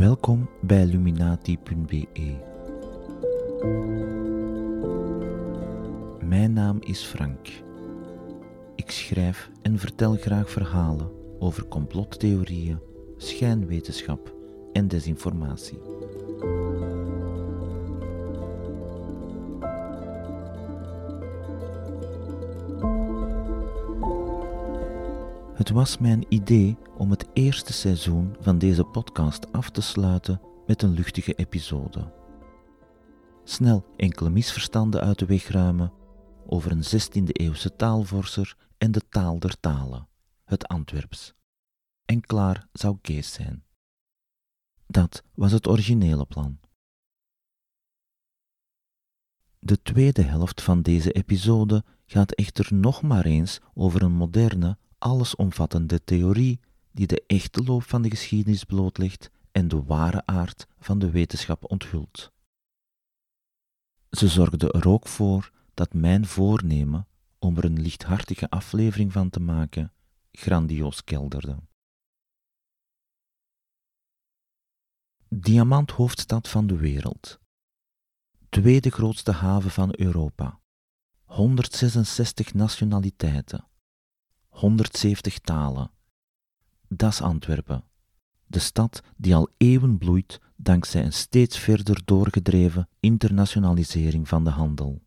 Welkom bij Illuminati.be. Mijn naam is Frank. Ik schrijf en vertel graag verhalen over complottheorieën, schijnwetenschap en desinformatie. Het was mijn idee om het eerste seizoen van deze podcast af te sluiten met een luchtige episode. Snel enkele misverstanden uit de weg ruimen over een 16e-eeuwse taalvorser en de taal der talen, het Antwerps. En klaar zou Kees zijn. Dat was het originele plan. De tweede helft van deze episode gaat echter nog maar eens over een moderne, allesomvattende theorie die de echte loop van de geschiedenis blootlegt en de ware aard van de wetenschap onthult. Ze zorgde er ook voor dat mijn voornemen om er een lichthartige aflevering van te maken grandioos kelderde. Diamanthoofdstad van de wereld. Tweede grootste haven van Europa. 166 nationaliteiten. 170 talen. Dat is Antwerpen. De stad die al eeuwen bloeit dankzij een steeds verder doorgedreven internationalisering van de handel.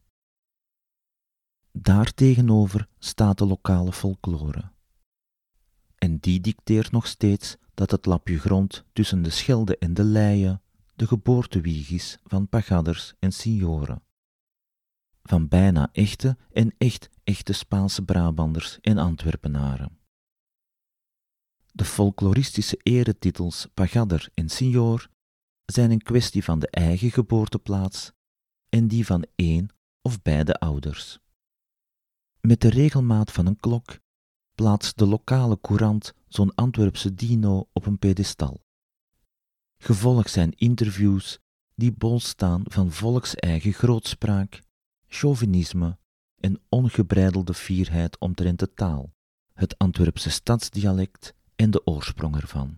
Daartegenover staat de lokale folklore. En die dicteert nog steeds dat het lapje grond tussen de Schelde en de Leie de geboortewieg is van pagadders en signoren. Van bijna echte en echte Spaanse Brabanders en Antwerpenaren. De folkloristische eretitels pagadder en signor zijn een kwestie van de eigen geboorteplaats en die van één of beide ouders. Met de regelmaat van een klok plaatst de lokale courant zo'n Antwerpse dino op een pedestal. Gevolg zijn interviews die bol staan van volkseigen grootspraak, chauvinisme en ongebreidelde fierheid omtrent de taal, het Antwerpse stadsdialect en de oorsprong ervan.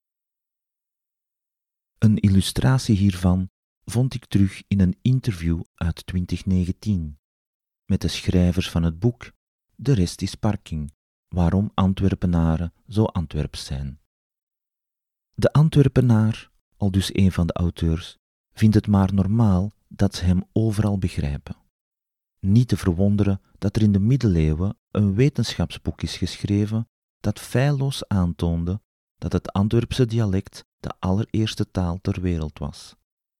Een illustratie hiervan vond ik terug in een interview uit 2019 met de schrijvers van het boek De rest is parking, waarom Antwerpenaren zo Antwerps zijn. De Antwerpenaar, aldus een van de auteurs, vindt het maar normaal dat ze hem overal begrijpen. Niet te verwonderen dat er in de middeleeuwen een wetenschapsboek is geschreven dat feilloos aantoonde dat het Antwerpse dialect de allereerste taal ter wereld was.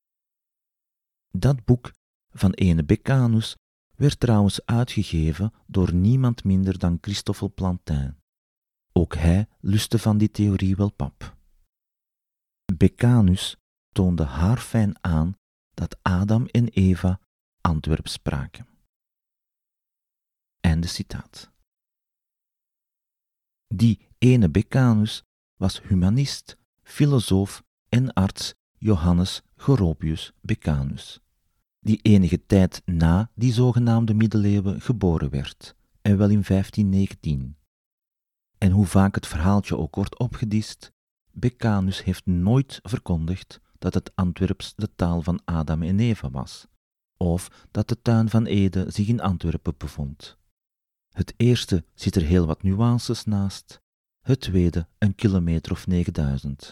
Dat boek van ene Becanus werd trouwens uitgegeven door niemand minder dan Christoffel Plantin. Ook hij lustte van die theorie wel pap. Becanus toonde haarfijn aan dat Adam en Eva Antwerps spraken. Einde citaat. Die ene Becanus was humanist, filosoof en arts Johannes Goropius Becanus, die enige tijd na die zogenaamde middeleeuwen geboren werd, en wel in 1519. En hoe vaak het verhaaltje ook wordt opgedist, Becanus heeft nooit verkondigd dat het Antwerps de taal van Adam en Eva was, of dat de tuin van Eden zich in Antwerpen bevond. Het eerste zit er heel wat nuances naast, het tweede een kilometer of 9000.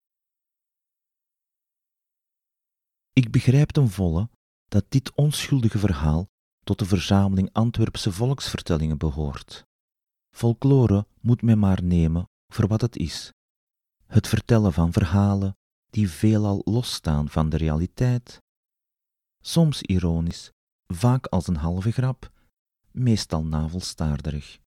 Ik begrijp ten volle dat dit onschuldige verhaal tot de verzameling Antwerpse volksvertellingen behoort. Folklore moet men maar nemen voor wat het is. Het vertellen van verhalen die veelal losstaan van de realiteit, soms ironisch, vaak als een halve grap, meestal navelstaarderig.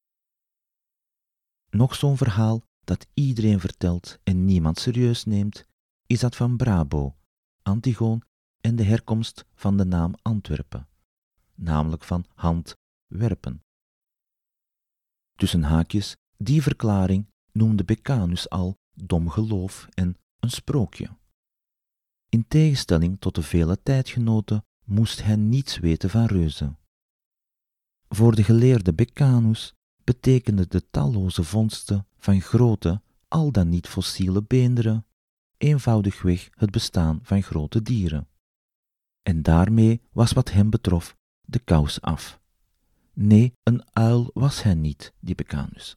Nog zo'n verhaal dat iedereen vertelt en niemand serieus neemt, is dat van Brabo, Antigoon en de herkomst van de naam Antwerpen, namelijk van hand werpen. Tussen haakjes, die verklaring noemde Becanus al dom geloof en een sprookje. In tegenstelling tot de vele tijdgenoten moest hij niets weten van reuzen. Voor de geleerde Becanus betekenden de talloze vondsten van grote, al dan niet fossiele beenderen eenvoudigweg het bestaan van grote dieren. En daarmee was wat hem betrof de kous af. Nee, een uil was hij niet, die Becanus.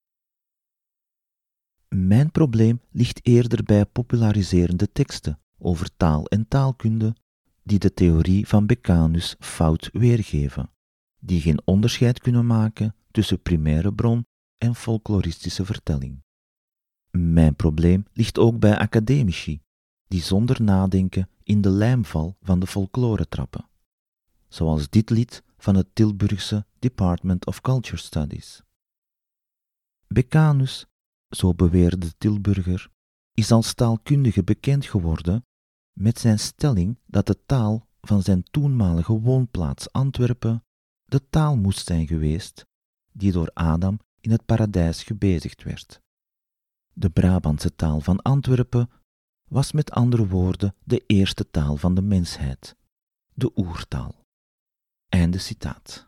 Mijn probleem ligt eerder bij populariserende teksten over taal en taalkunde die de theorie van Becanus fout weergeven, die geen onderscheid kunnen maken tussen primaire bron en folkloristische vertelling. Mijn probleem ligt ook bij academici, die zonder nadenken in de lijmval van de folklore trappen, zoals dit lid van het Tilburgse Department of Culture Studies. Becanus, zo beweerde de Tilburger, is als taalkundige bekend geworden met zijn stelling dat de taal van zijn toenmalige woonplaats Antwerpen de taal moest zijn geweest die door Adam in het paradijs gebezigd werd. De Brabantse taal van Antwerpen was met andere woorden de eerste taal van de mensheid, de oertaal. Einde citaat.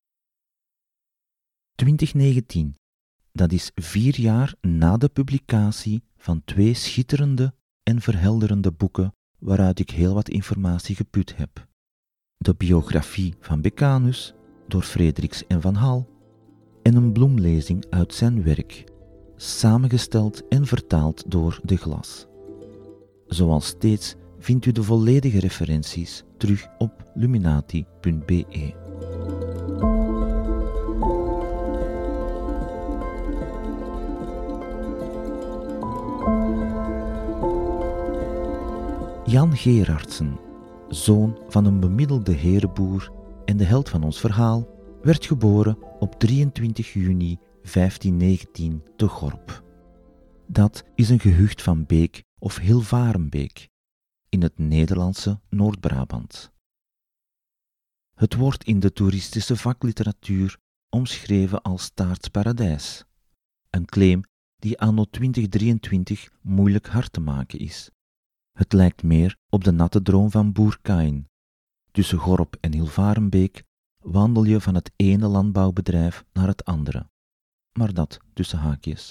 2019, dat is 4 jaar na de publicatie van 2 schitterende en verhelderende boeken waaruit ik heel wat informatie geput heb. De biografie van Becanus door Frederiks en van Hal en een bloemlezing uit zijn werk, samengesteld en vertaald door De Glas. Zoals steeds vindt u de volledige referenties terug op luminati.be. Jan Gerardsen, zoon van een bemiddelde herenboer en de held van ons verhaal, werd geboren op 23 juni 1519 te Gorp. Dat is een gehucht van Beek of Hilvarenbeek in het Nederlandse Noord-Brabant. Het wordt in de toeristische vakliteratuur omschreven als Staartsparadijs, een claim die anno 2023 moeilijk hard te maken is. Het lijkt meer op de natte droom van boer Kain. Tussen Gorp en Hilvarenbeek wandel je van het ene landbouwbedrijf naar het andere, maar dat tussen haakjes.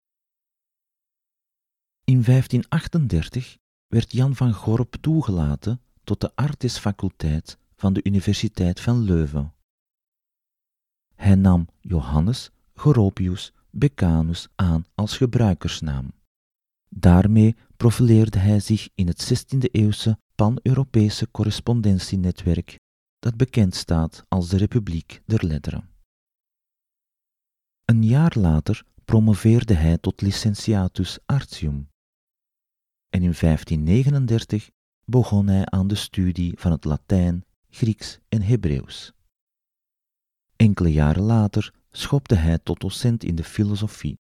In 1538 werd Jan van Gorp toegelaten tot de artisfaculteit van de Universiteit van Leuven. Hij nam Johannes Goropius Becanus aan als gebruikersnaam. Daarmee profileerde hij zich in het 16e-eeuwse pan-Europese correspondentienetwerk dat bekend staat als de Republiek der Letteren. Een jaar later promoveerde hij tot licentiatus artium. En in 1539 begon hij aan de studie van het Latijn, Grieks en Hebreeuws. Enkele jaren later schopte hij tot docent in de filosofie.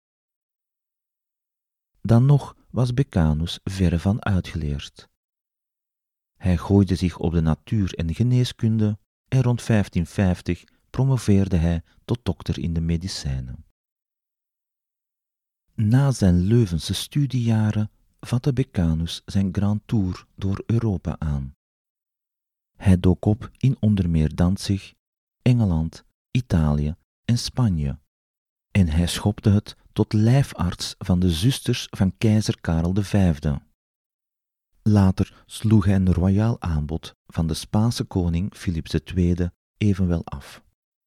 Dan nog was Becanus verre van uitgeleerd. Hij gooide zich op de natuur en geneeskunde en rond 1550 promoveerde hij tot dokter in de medicijnen. Na zijn Leuvense studiejaren vatte Becanus zijn Grand Tour door Europa aan. Hij dook op in onder meer Danzig, Engeland, Italië en Spanje en hij schopte het tot lijfarts van de zusters van keizer Karel V. Later sloeg hij een royaal aanbod van de Spaanse koning Philips II evenwel af.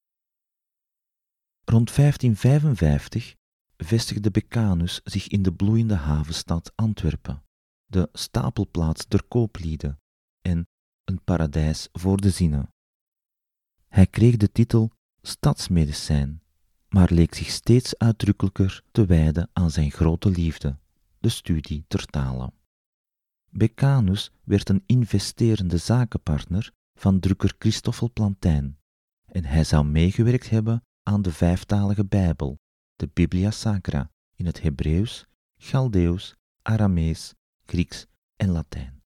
Rond 1555 vestigde Becanus zich in de bloeiende havenstad Antwerpen, de stapelplaats der kooplieden en een paradijs voor de zinnen. Hij kreeg de titel stadsmedicijn, maar leek zich steeds uitdrukkelijker te wijden aan zijn grote liefde, de studie der talen. Becanus werd een investerende zakenpartner van drukker Christoffel Plantijn en hij zou meegewerkt hebben aan de 5-talige Bijbel, de Biblia Sacra, in het Hebreeuws, Chaldeeuws, Aramees, Grieks en Latijn.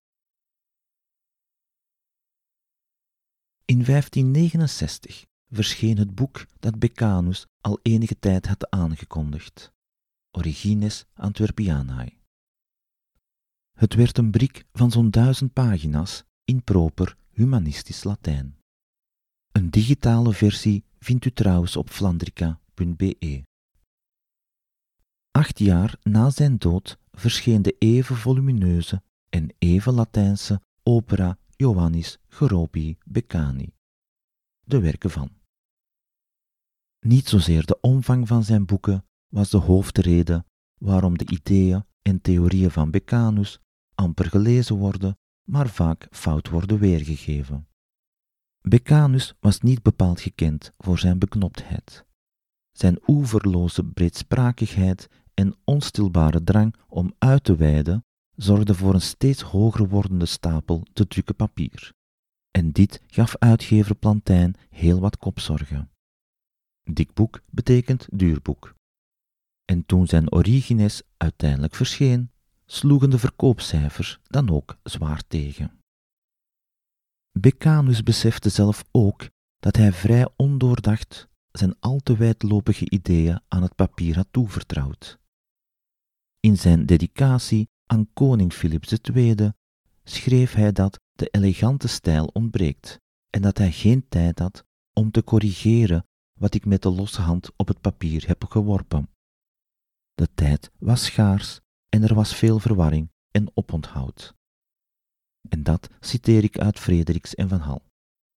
In 1569 verscheen het boek dat Becanus al enige tijd had aangekondigd, Origines Antwerpianae. Het werd een brik van zo'n 1000 pagina's in proper humanistisch Latijn. Een digitale versie vindt u trouwens op flandrica.be. 8 jaar na zijn dood verscheen de even volumineuze en even Latijnse opera Ioannis Gerobii Beccani, de werken van. Niet zozeer de omvang van zijn boeken was de hoofdreden waarom de ideeën en theorieën van Beccanus amper gelezen worden, maar vaak fout worden weergegeven. Beccanus was niet bepaald gekend voor zijn beknoptheid. Zijn oeverloze breedsprakigheid en onstilbare drang om uit te weiden zorgde voor een steeds hoger wordende stapel te drukken papier. En dit gaf uitgever Plantijn heel wat kopzorgen. Dik boek betekent duur boek. En toen zijn Origines uiteindelijk verscheen, sloegen de verkoopcijfers dan ook zwaar tegen. Beccanus besefte zelf ook dat hij vrij ondoordacht zijn al te wijdlopige ideeën aan het papier had toevertrouwd. In zijn dedicatie aan koning Philips II schreef hij dat de elegante stijl ontbreekt en dat hij geen tijd had om te corrigeren wat ik met de losse hand op het papier heb geworpen. De tijd was schaars en er was veel verwarring en oponthoud. En dat citeer ik uit Frederiks en Van Hal.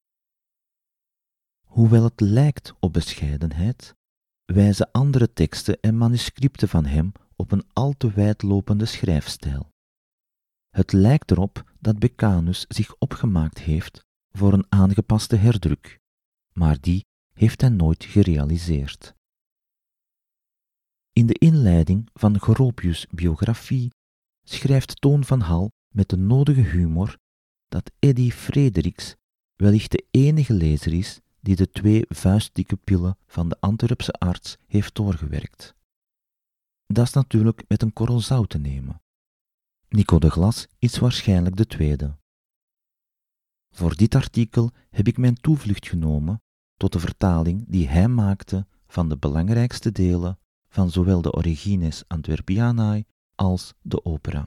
Hoewel het lijkt op bescheidenheid, wijzen andere teksten en manuscripten van hem op een al te wijdlopende schrijfstijl. Het lijkt erop dat Beccanus zich opgemaakt heeft voor een aangepaste herdruk, maar die heeft hij nooit gerealiseerd. In de inleiding van Goropius' biografie schrijft Toon van Hal met de nodige humor dat Eddy Frederiks wellicht de enige lezer is die de 2 vuistdikke pillen van de Antwerpse arts heeft doorgewerkt. Dat is natuurlijk met een korrel zout te nemen. Nico de Glas is waarschijnlijk de tweede. Voor dit artikel heb ik mijn toevlucht genomen tot de vertaling die hij maakte van de belangrijkste delen van zowel de Origines Antwerpianae als de opera.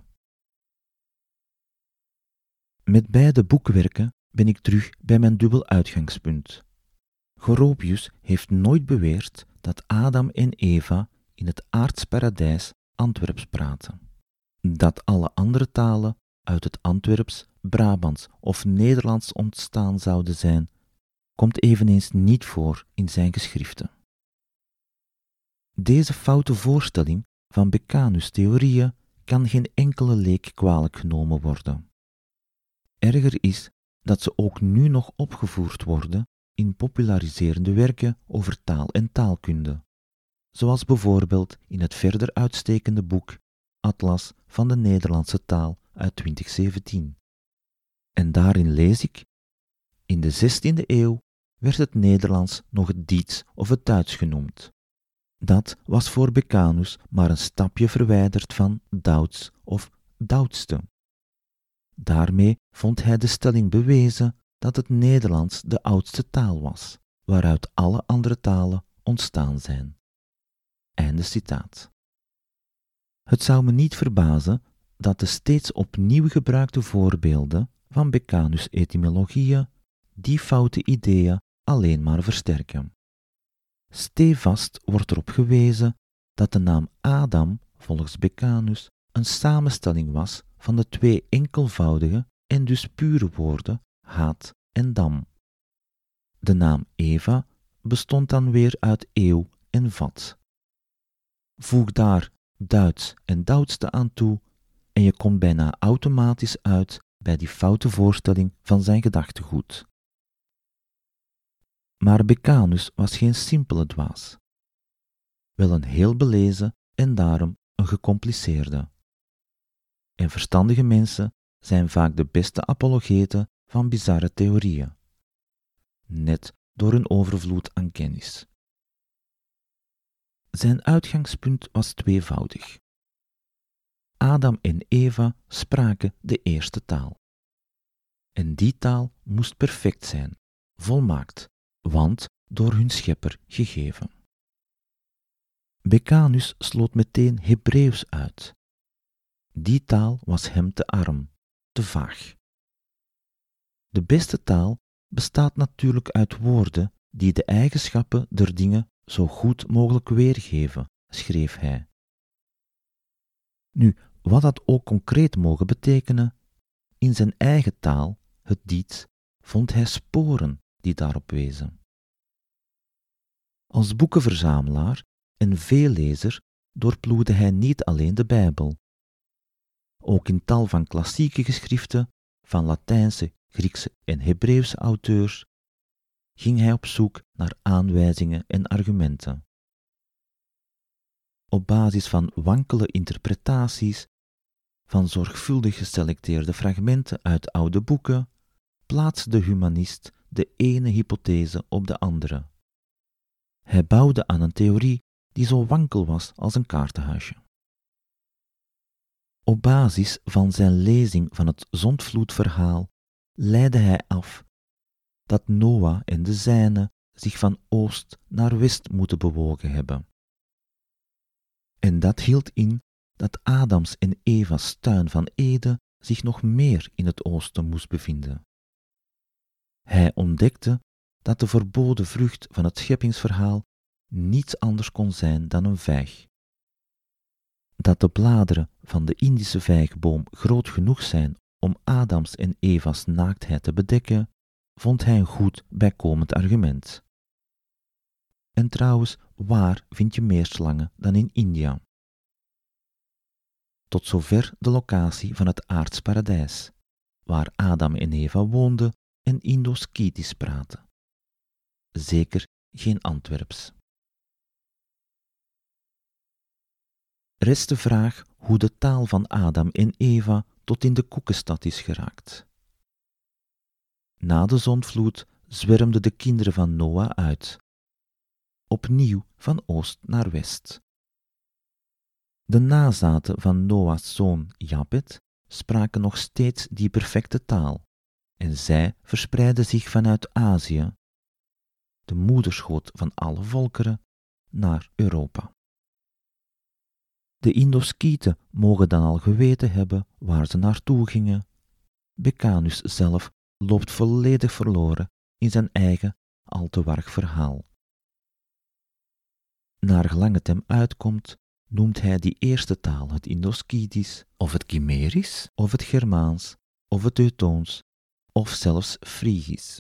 Met beide boekwerken ben ik terug bij mijn dubbel uitgangspunt. Goropius heeft nooit beweerd dat Adam en Eva in het aardsparadijs Antwerps praten. Dat alle andere talen uit het Antwerps, Brabants of Nederlands ontstaan zouden zijn, komt eveneens niet voor in zijn geschriften. Deze foute voorstelling van Beccanus' theorieën kan geen enkele leek kwalijk genomen worden. Erger is dat ze ook nu nog opgevoerd worden in populariserende werken over taal en taalkunde, zoals bijvoorbeeld in het verder uitstekende boek Atlas van de Nederlandse taal uit 2017. En daarin lees ik: in de 16e eeuw werd het Nederlands nog het Diets of het Duits genoemd. Dat was voor Beccanus maar een stapje verwijderd van Douds of Doudste. Daarmee vond hij de stelling bewezen dat het Nederlands de oudste taal was, waaruit alle andere talen ontstaan zijn. Einde citaat. Het zou me niet verbazen dat de steeds opnieuw gebruikte voorbeelden van Beccanus' etymologieën die foute ideeën alleen maar versterken. Stevast wordt erop gewezen dat de naam Adam volgens Beccanus een samenstelling was van de 2 enkelvoudige en dus pure woorden haat en dam. De naam Eva bestond dan weer uit eeuw en vat. Voeg daar Duits en Doudste aan toe en je komt bijna automatisch uit bij die foute voorstelling van zijn gedachtegoed. Maar Beccanus was geen simpele dwaas. Wel een heel belezen en daarom een gecompliceerde. En verstandige mensen zijn vaak de beste apologeten van bizarre theorieën, net door hun overvloed aan kennis. Zijn uitgangspunt was tweevoudig. Adam en Eva spraken de eerste taal. En die taal moest perfect zijn, volmaakt, want door hun schepper gegeven. Beccanus sloot meteen Hebreeuws uit. Die taal was hem te arm, te vaag. De beste taal bestaat natuurlijk uit woorden die de eigenschappen der dingen zo goed mogelijk weergeven, schreef hij. Nu, wat dat ook concreet mogen betekenen, in zijn eigen taal, het Diets, vond hij sporen die daarop wezen. Als boekenverzamelaar en veellezer doorploegde hij niet alleen de Bijbel. Ook in tal van klassieke geschriften van Latijnse, Griekse en Hebreeuwse auteurs ging hij op zoek naar aanwijzingen en argumenten. Op basis van wankele interpretaties, van zorgvuldig geselecteerde fragmenten uit oude boeken, plaatste de humanist de ene hypothese op de andere. Hij bouwde aan een theorie die zo wankel was als een kaartenhuisje. Op basis van zijn lezing van het zondvloedverhaal leidde hij af dat Noach en de zijnen zich van oost naar west moeten bewogen hebben. En dat hield in dat Adams en Eva's tuin van Eden zich nog meer in het oosten moest bevinden. Hij ontdekte dat de verboden vrucht van het scheppingsverhaal niets anders kon zijn dan een vijg. Dat de bladeren van de Indische vijgboom groot genoeg zijn om Adams en Eva's naaktheid te bedekken, vond hij een goed bijkomend argument. En trouwens, waar vind je meer slangen dan in India? Tot zover de locatie van het aards paradijs, waar Adam en Eva woonden en Indo-Skitisch praten. Zeker geen Antwerps. Rest de vraag hoe de taal van Adam en Eva tot in de koekenstad is geraakt. Na de zondvloed zwermden de kinderen van Noach uit, opnieuw van oost naar west. De nazaten van Noach's zoon Japet spraken nog steeds die perfecte taal, en zij verspreidden zich vanuit Azië, de moederschoot van alle volkeren, naar Europa. De Indo-Skieten mogen dan al geweten hebben waar ze naartoe gingen. Becanus zelf loopt volledig verloren in zijn eigen al te warrig verhaal. Naar gelang het hem uitkomt, noemt hij die eerste taal het Indo-Skitisch, of het Chimerisch, of het Germaans, of het Teutoons, of zelfs Frigisch.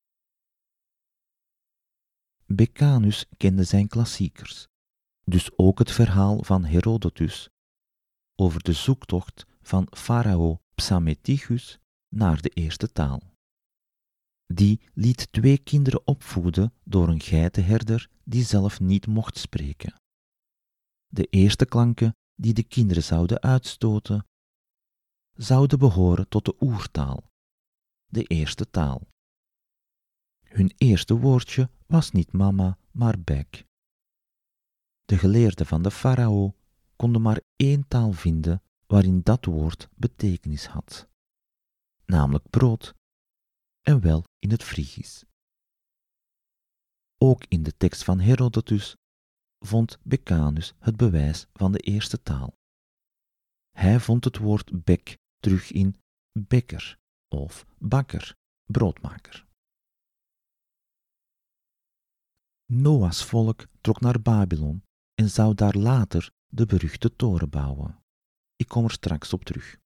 Becanus kende zijn klassiekers, dus ook het verhaal van Herodotus over de zoektocht van farao Psammetichus naar de eerste taal. Die liet 2 kinderen opvoeden door een geitenherder die zelf niet mocht spreken. De eerste klanken die de kinderen zouden uitstoten, zouden behoren tot de oertaal, de eerste taal. Hun eerste woordje was niet mama, maar bek. De geleerden van de farao konden maar 1 taal vinden waarin dat woord betekenis had, namelijk brood, en wel in het Frigisch. Ook in de tekst van Herodotus vond Becanus het bewijs van de eerste taal. Hij vond het woord bek terug in bekker of bakker, broodmaker. Noach's volk trok naar Babylon en zou daar later de beruchte toren bouwen. Ik kom er straks op terug.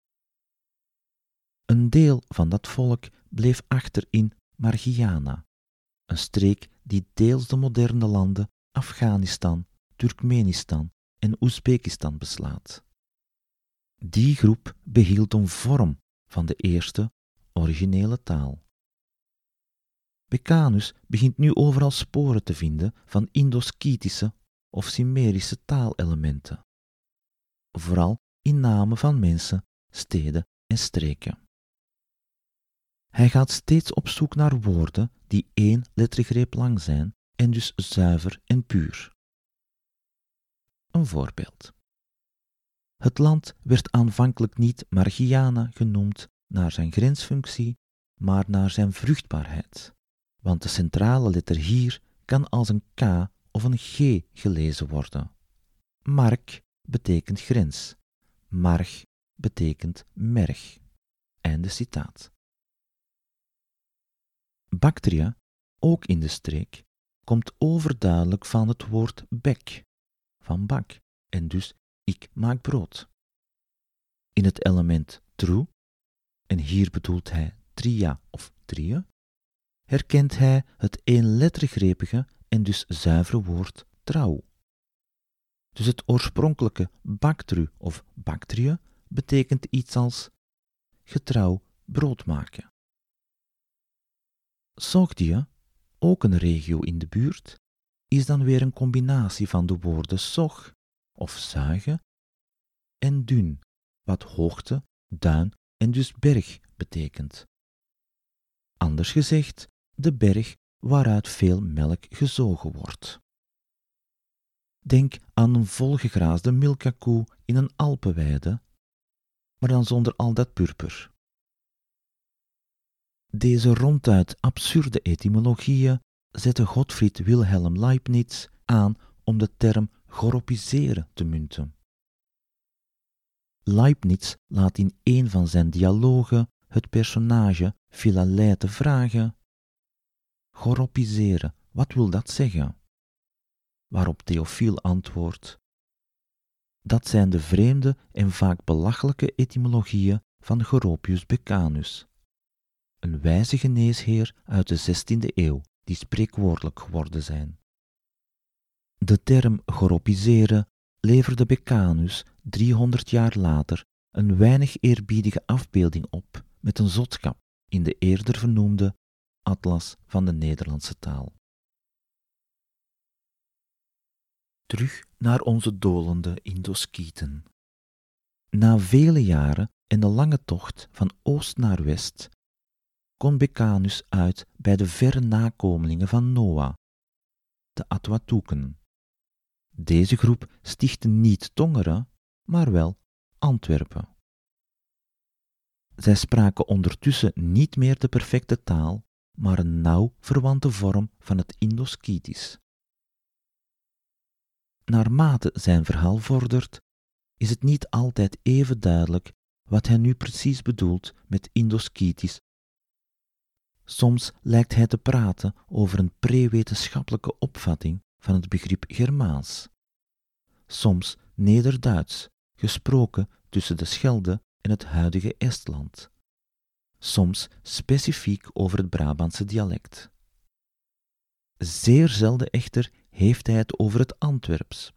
Een deel van dat volk bleef achter in Margiana, een streek die deels de moderne landen Afghanistan, Turkmenistan en Oezbekistan beslaat. Die groep behield een vorm van de eerste, originele taal. Becanus begint nu overal sporen te vinden van Indo-Skitische of Cimerische taalelementen, vooral in namen van mensen, steden en streken. Hij gaat steeds op zoek naar woorden die 1 lettergreep lang zijn en dus zuiver en puur. Een voorbeeld. Het land werd aanvankelijk niet Margiana genoemd naar zijn grensfunctie, maar naar zijn vruchtbaarheid, want de centrale letter hier kan als een K of een G gelezen worden. Mark betekent grens, marg betekent merg. Einde citaat. Bactria, ook in de streek, komt overduidelijk van het woord bek, van bak, en dus ik maak brood. In het element tru, en hier bedoelt hij tria of trie, herkent hij het eenlettergrepige en dus zuivere woord trouw. Dus het oorspronkelijke baktru of baktrie betekent iets als getrouw brood maken. Sogdie, ook een regio in de buurt, is dan weer een combinatie van de woorden sog of zuigen en dun, wat hoogte, duin en dus berg betekent. Anders gezegd, de berg waaruit veel melk gezogen wordt. Denk aan een volgegraasde milkakoe in een alpenweide, maar dan zonder al dat purper. Deze ronduit absurde etymologieën zette Gottfried Wilhelm Leibniz aan om de term choropiseren te munten. Leibniz laat in een van zijn dialogen het personage Philalethe vragen: choropiseren, wat wil dat zeggen? Waarop Theofiel antwoordt: dat zijn de vreemde en vaak belachelijke etymologieën van Goropius Becanus, een wijze geneesheer uit de 16e eeuw, die spreekwoordelijk geworden zijn. De term choropiseren leverde Becanus 300 jaar later een weinig eerbiedige afbeelding op met een zotskap in de eerder vernoemde Atlas van de Nederlandse taal. Terug naar onze dolende Indoskieten. Na vele jaren en de lange tocht van oost naar west kon Becanus uit bij de verre nakomelingen van Noah, de Atwatoeken. Deze groep stichtte niet Tongeren, maar wel Antwerpen. Zij spraken ondertussen niet meer de perfecte taal, maar een nauw verwante vorm van het Indoskitisch. Naarmate zijn verhaal vordert, is het niet altijd even duidelijk wat hij nu precies bedoelt met Indoskitisch. Soms lijkt hij te praten over een pre-wetenschappelijke opvatting van het begrip Germaans. Soms Nederduits, gesproken tussen de Schelde en het huidige Estland. Soms specifiek over het Brabantse dialect. Zeer zelden echter heeft hij het over het Antwerps.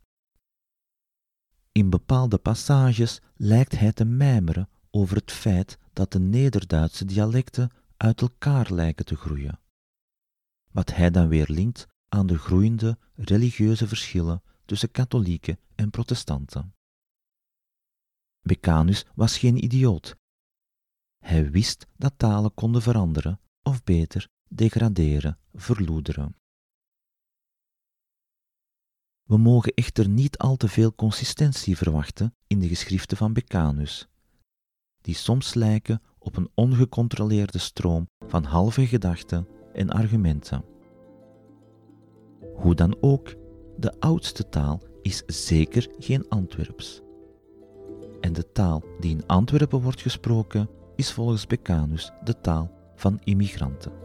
In bepaalde passages lijkt hij te mijmeren over het feit dat de Nederduitse dialecten uit elkaar lijken te groeien, wat hij dan weer linkt aan de groeiende religieuze verschillen tussen katholieken en protestanten. Becanus was geen idioot. Hij wist dat talen konden veranderen, of beter, degraderen, verloederen. We mogen echter niet al te veel consistentie verwachten in de geschriften van Becanus, die soms lijken op een ongecontroleerde stroom van halve gedachten en argumenten. Hoe dan ook, de oudste taal is zeker geen Antwerps. En de taal die in Antwerpen wordt gesproken, is volgens Becanus de taal van immigranten.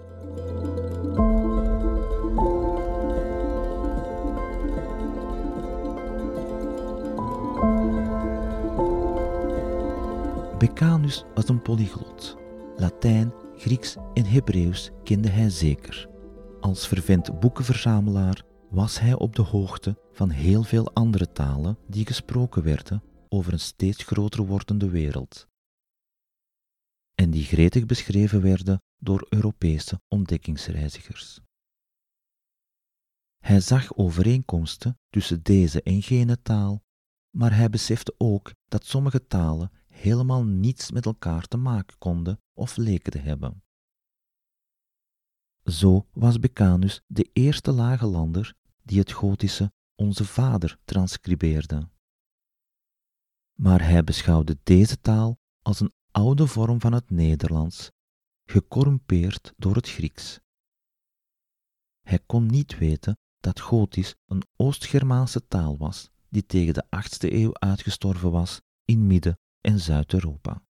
Becanus was een polyglot. Latijn, Grieks en Hebreeuws kende hij zeker. Als fervent boekenverzamelaar was hij op de hoogte van heel veel andere talen die gesproken werden over een steeds groter wordende wereld. En die gretig beschreven werden door Europese ontdekkingsreizigers. Hij zag overeenkomsten tussen deze en gene taal, maar hij besefte ook dat sommige talen helemaal niets met elkaar te maken konden of leken te hebben. Zo was Becanus de eerste Lagelander die het Gotische Onze Vader transcribeerde. Maar hij beschouwde deze taal als een oude vorm van het Nederlands, gecorrumpeerd door het Grieks. Hij kon niet weten dat Gotisch een Oost-Germaanse taal was die tegen de 8e eeuw uitgestorven was in Midden- en Zuid-Europa.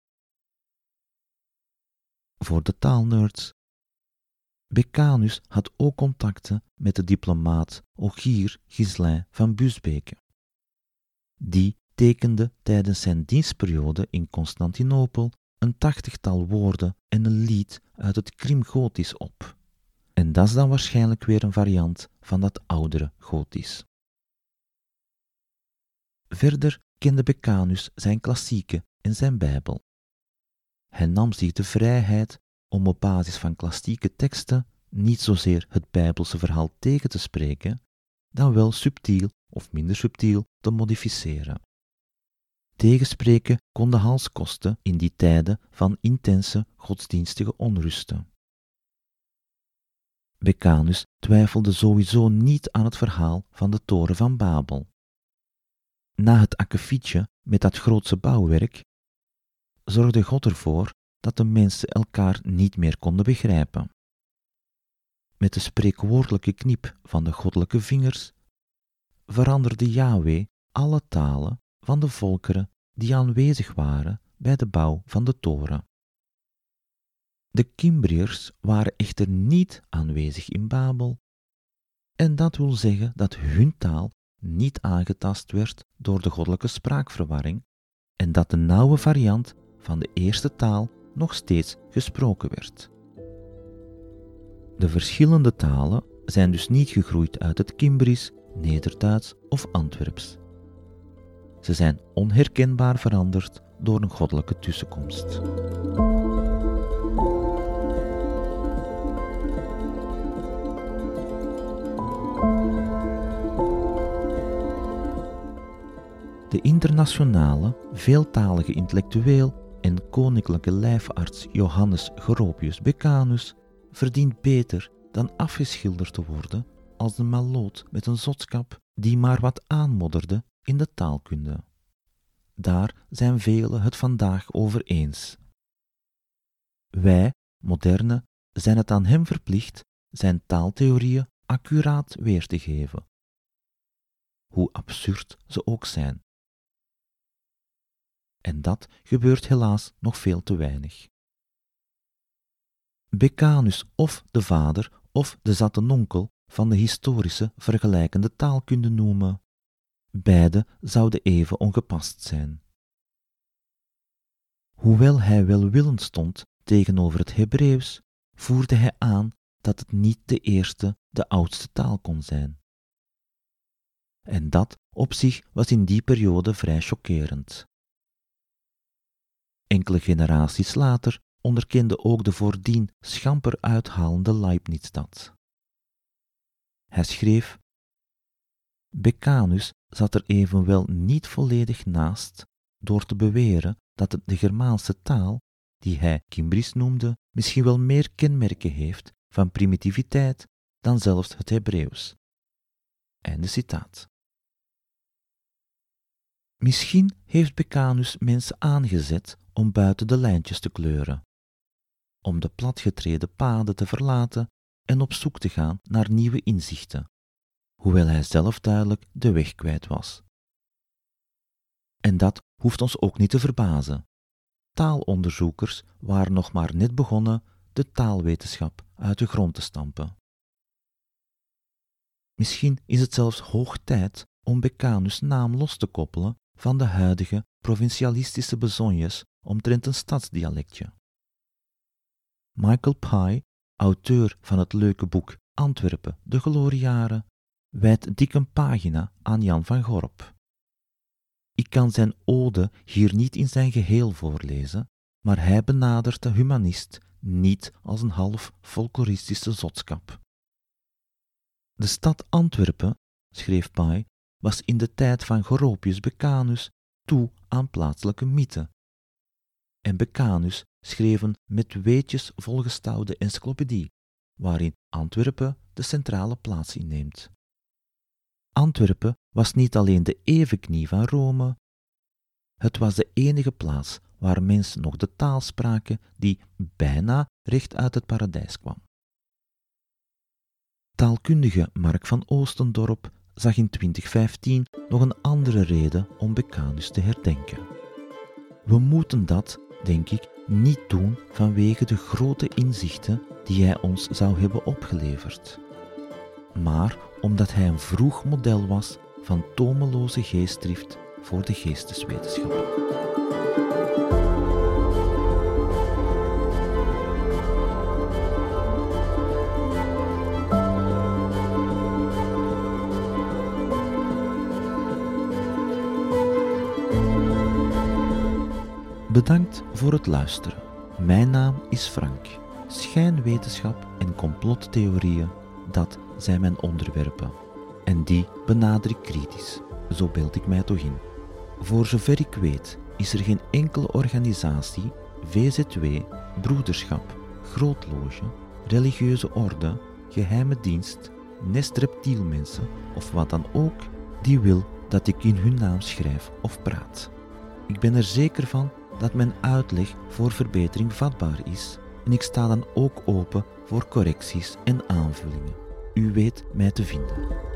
Voor de taalnerds, Becanus had ook contacten met de diplomaat Ogier Ghislain van Busbeke, die tekende tijdens zijn dienstperiode in Constantinopel een 80-tal woorden en een lied uit het Krim-Gotisch op. En dat is dan waarschijnlijk weer een variant van dat oudere Gotisch. Verder kende Becanus zijn klassieken en zijn Bijbel. Hij nam zich de vrijheid om op basis van klassieke teksten niet zozeer het Bijbelse verhaal tegen te spreken, dan wel subtiel of minder subtiel te modificeren. Tegenspreken kon de hals kosten in die tijden van intense godsdienstige onrusten. Becanus twijfelde sowieso niet aan het verhaal van de toren van Babel. Na het akkefietje met dat grootse bouwwerk zorgde God ervoor dat de mensen elkaar niet meer konden begrijpen. Met de spreekwoordelijke knip van de goddelijke vingers veranderde Yahweh alle talen van de volkeren die aanwezig waren bij de bouw van de toren. De Kimbriërs waren echter niet aanwezig in Babel, en dat wil zeggen dat hun taal niet aangetast werd door de goddelijke spraakverwarring en dat de nauwe variant van de eerste taal nog steeds gesproken werd. De verschillende talen zijn dus niet gegroeid uit het Kimbrisch, Nederduits of Antwerps. Ze zijn onherkenbaar veranderd door een goddelijke tussenkomst. De internationale, veeltalige intellectueel en koninklijke lijfarts Johannes Goropius Becanus verdient beter dan afgeschilderd te worden als een malloot met een zotskap die maar wat aanmodderde in de taalkunde. Daar zijn velen het vandaag over eens. Wij, modernen, zijn het aan hem verplicht zijn taaltheorieën accuraat weer te geven, hoe absurd ze ook zijn. En dat gebeurt helaas nog veel te weinig. Becanus of de vader of de zatte nonkel van de historische vergelijkende taalkunde noemen. Beide zouden even ongepast zijn. Hoewel hij welwillend stond tegenover het Hebreeuws, voerde hij aan dat het niet de eerste, de oudste taal kon zijn. En dat op zich was in die periode vrij chockerend. Enkele generaties later onderkende ook de voordien schamper uithalende Leibniz dat. Hij schreef: Becanus zat er evenwel niet volledig naast door te beweren dat de Germaanse taal, die hij Kimbrisch noemde, misschien wel meer kenmerken heeft van primitiviteit dan zelfs het Hebreeuws. Einde citaat. Misschien heeft Becanus mensen aangezet om buiten de lijntjes te kleuren, om de platgetreden paden te verlaten en op zoek te gaan naar nieuwe inzichten, hoewel hij zelf duidelijk de weg kwijt was. En dat hoeft ons ook niet te verbazen. Taalonderzoekers waren nog maar net begonnen de taalwetenschap uit de grond te stampen. Misschien is het zelfs hoog tijd om Becanus' naam los te koppelen van de huidige provincialistische bezonjes omtrent een stadsdialectje. Michael Pye, auteur van het leuke boek Antwerpen, de gloriejaren, wijdt dik een pagina aan Jan van Gorp. Ik kan zijn ode hier niet in zijn geheel voorlezen, maar hij benadert de humanist niet als een half folkloristische zotskap. De stad Antwerpen, schreef Pye, was in de tijd van Goropius Becanus toe aan plaatselijke mythe. En Becanus schreef een met weetjes volgestouwde encyclopedie, waarin Antwerpen de centrale plaats inneemt. Antwerpen was niet alleen de evenknie van Rome, het was de enige plaats waar mensen nog de taal spraken die bijna recht uit het paradijs kwam. Taalkundige Mark van Oostendorp zag in 2015 nog een andere reden om Becanus te herdenken. We moeten dat, denk ik, niet doen vanwege de grote inzichten die hij ons zou hebben opgeleverd, maar omdat hij een vroeg model was van tomeloze geestdrift voor de geesteswetenschappen. Bedankt voor het luisteren. Mijn naam is Frank. Schijnwetenschap en complottheorieën, dat zijn mijn onderwerpen. En die benader ik kritisch, zo beeld ik mij toch in. Voor zover ik weet is er geen enkele organisatie, VZW, broederschap, grootloge, religieuze orde, geheime dienst, nest reptielmensen of wat dan ook, die wil dat ik in hun naam schrijf of praat. Ik ben er zeker van dat mijn uitleg voor verbetering vatbaar is en ik sta dan ook open voor correcties en aanvullingen. U weet mij te vinden.